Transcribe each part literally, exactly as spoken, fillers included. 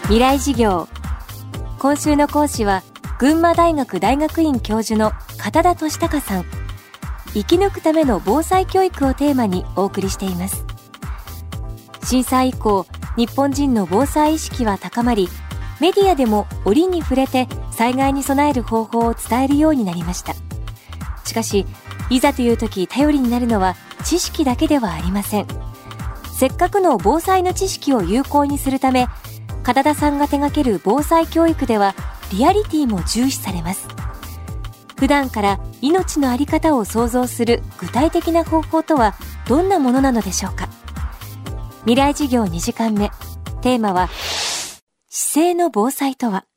未来授業。今週の講師は群馬大学大学院教授の片田俊孝さん。生き抜くための防災教育をテーマにお送りしています。震災以降、日本人の防災意識は高まり、メディアでも折に触れて災害に備える方法を伝えるようになりました。しかし、いざという時頼りになるのは知識だけではありません。せっかくの防災の知識を有効にするため、片田さんが手掛ける防災教育ではリアリティも重視されます。普段から命のあり方を想像する具体的な方法とはどんなものなのでしょうか。未来授業にじかんめ、テーマは姿勢の防災とは。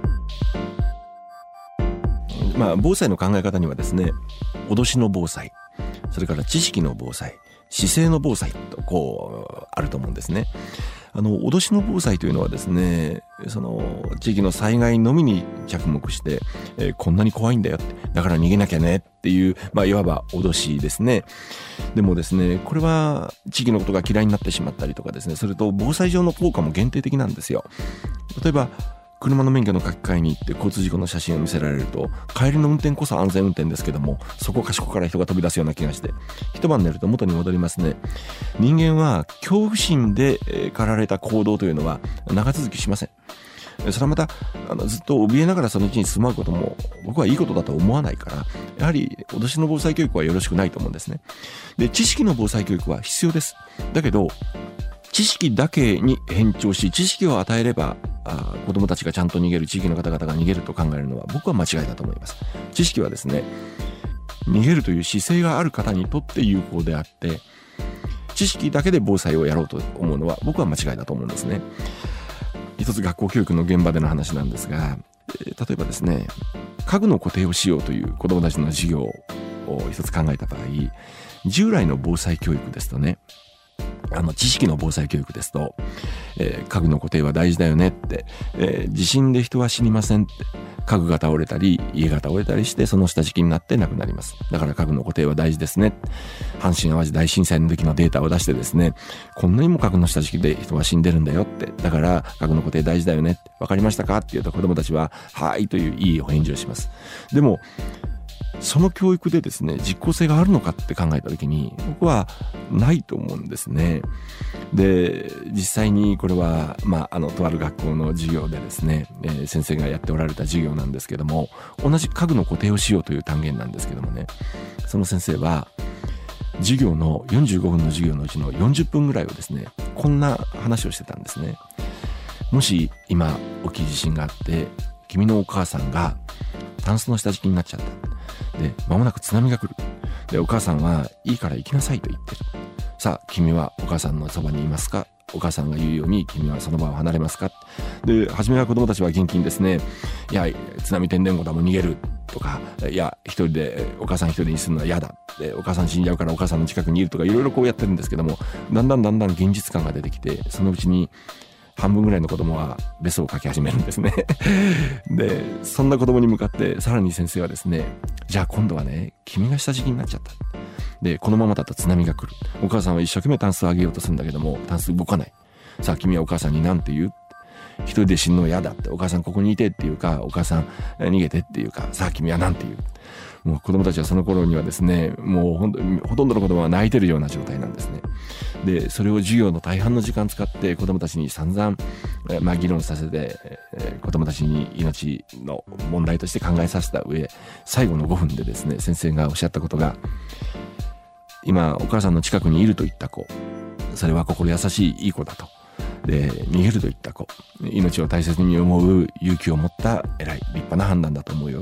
まあ、防災の考え方にはですね、脅しの防災、それから知識の防災、姿勢の防災とこうあると思うんですね。あの脅しの防災というのはですね、その地域の災害のみに着目して、えー、こんなに怖いんだよって、だから逃げなきゃねっていう、まあ、いわば脅しですね。でもですね、これは地域のことが嫌いになってしまったりとかですね、それと防災上の効果も限定的なんですよ。例えば車の免許の書き換えに行って交通事故の写真を見せられると、帰りの運転こそ安全運転ですけども、そこかしこから人が飛び出すような気がして、一晩寝ると元に戻りますね。人間は恐怖心で駆られた行動というのは長続きしません。それはまたあのずっと怯えながらその地に住まうことも僕はいいことだと思わないから、やはり脅しの防災教育はよろしくないと思うんですね。で、知識の防災教育は必要です。だけど知識だけに偏重し、知識を与えればあ子どもたちがちゃんと逃げる、地域の方々が逃げると考えるのは僕は間違いだと思います。知識はですね、逃げるという姿勢がある方にとって有効であって、知識だけで防災をやろうと思うのは僕は間違いだと思うんですね。一つ学校教育の現場での話なんですが、えー、例えばですね、家具の固定をしようという子どもたちの授業を一つ考えた場合、従来の防災教育ですとね、あの知識の防災教育ですと、えー、家具の固定は大事だよねって、えー、地震で人は死にませんって、家具が倒れたり家が倒れたりしてその下敷きになって亡くなります。だから家具の固定は大事ですね。阪神淡路大震災の時のデータを出してですね、こんなにも家具の下敷きで人が死んでるんだよって、だから家具の固定大事だよねって、わかりましたかって言うと子どもたちははいといういいお返事をします。でもその教育でですね、実効性があるのかって考えたときに僕はないと思うんですね。で、実際にこれはまああのとある学校の授業でですね、えー、先生がやっておられた授業なんですけども、同じ家具の固定をしようという単元なんですけどもね、その先生は授業のよんじゅうごふんの授業のうちのよんじゅっぷんぐらいをですね、こんな話をしてたんですね。もし今大きい地震があって君のお母さんがタンスの下敷きになっちゃった。で、間もなく津波が来る。で、お母さんはいいから行きなさいと言ってる。さあ、君はお母さんのそばにいますか？お母さんが言うように君はその場を離れますか？で、初めは子供たちは元気にですね、いや、津波てんでんごだもん逃げるとか、いや、一人で、お母さん一人にするのは嫌だ。で、お母さん死んじゃうからお母さんの近くにいるとか、いろいろこうやってるんですけども、だんだんだんだん現実感が出てきて、そのうちに半分ぐらいの子供は別荘を描き始めるんですね。で、そんな子供に向かってさらに先生はですね、じゃあ今度はね、君が下敷きになっちゃった。で、このままだと津波が来る。お母さんは一生懸命タンスを上げようとするんだけども、タンス動かない。さあ君はお母さんに何て言う？一人で死ぬの嫌だって、お母さんここにいてっていうか、お母さん逃げてっていうか、さあ君は何て言う？もう子供たちはその頃にはですね、もうほんとほとんどの子供は泣いてるような状態なんですね。で、それを授業の大半の時間使って子供たちに散々、えー、まあ議論させて、えー、子供たちに命の問題として考えさせた上、最後のごふんでですね、先生がおっしゃったことが、今お母さんの近くにいると言った子、それは心優しいいい子だと。で、逃げると言った子、命を大切に思う勇気を持った偉い立派な判断だと思うよって。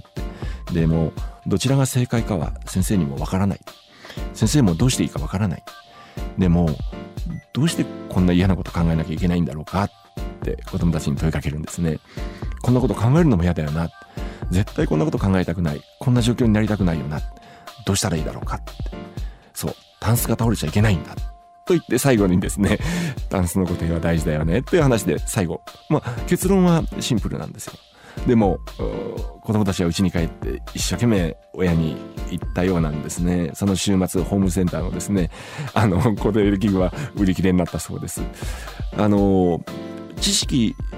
でもどちらが正解かは先生にもわからない。先生もどうしていいかわからない。でもどうしてこんな嫌なこと考えなきゃいけないんだろうかって子供たちに問いかけるんですね。こんなこと考えるのも嫌だよな。絶対こんなこと考えたくない。こんな状況になりたくないよな。どうしたらいいだろうかって。そう、タンスが倒れちゃいけないんだと言って最後にですね、タンスの固定は大事だよねっていう話で最後、まあ結論はシンプルなんですよ。でも子供たちは家に帰って一生懸命親に言ったようなんですね。その週末ホームセンターのですね、あの固定器具は売り切れになったそうです。あの知識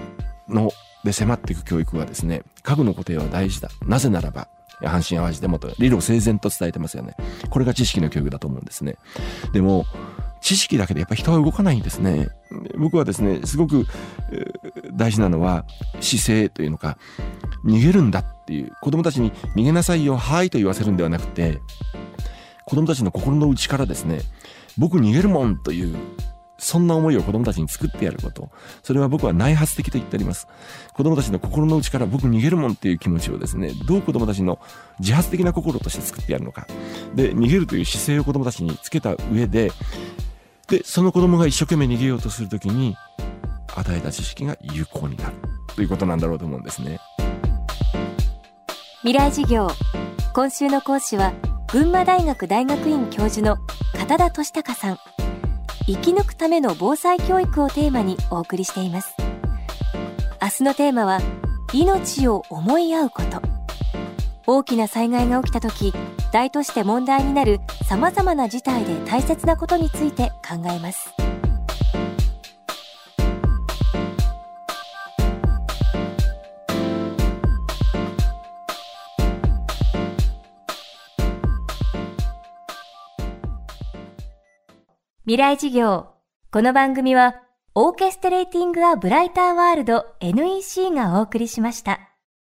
ので迫っていく教育はですね、家具の固定は大事だ。なぜならば、阪神淡路でもと理路整然と伝えてますよね。これが知識の教育だと思うんですね。でも、知識だけでやっぱり人は動かないんですね。僕はですね、すごく大事なのは姿勢というのか、逃げるんだっていう、子供たちに逃げなさいよ、はいと言わせるんではなくて、子供たちの心の内からですね、僕逃げるもんという、そんな思いを子供たちに作ってやること。それは僕は内発的と言っております。子供たちの心の内から僕逃げるもんっていう気持ちをですね、どう子供たちの自発的な心として作ってやるのか。で、逃げるという姿勢を子供たちにつけた上で、で、その子供が一生懸命逃げようとするときに、与えた知識が有効になるということなんだろうと思うんですね。 未来授業。今週の講師は、群馬大学大学院教授の片田俊孝さん。生き抜くための防災教育をテーマにお送りしています。明日のテーマは、命を思い合うこと。大きな災害が起きたとき、大都市で問題になる様々な事態で大切なことについて考えます。未来授業。この番組はオーケストレーティング・ア・ブライター・ワールド エヌイーシー がお送りしました。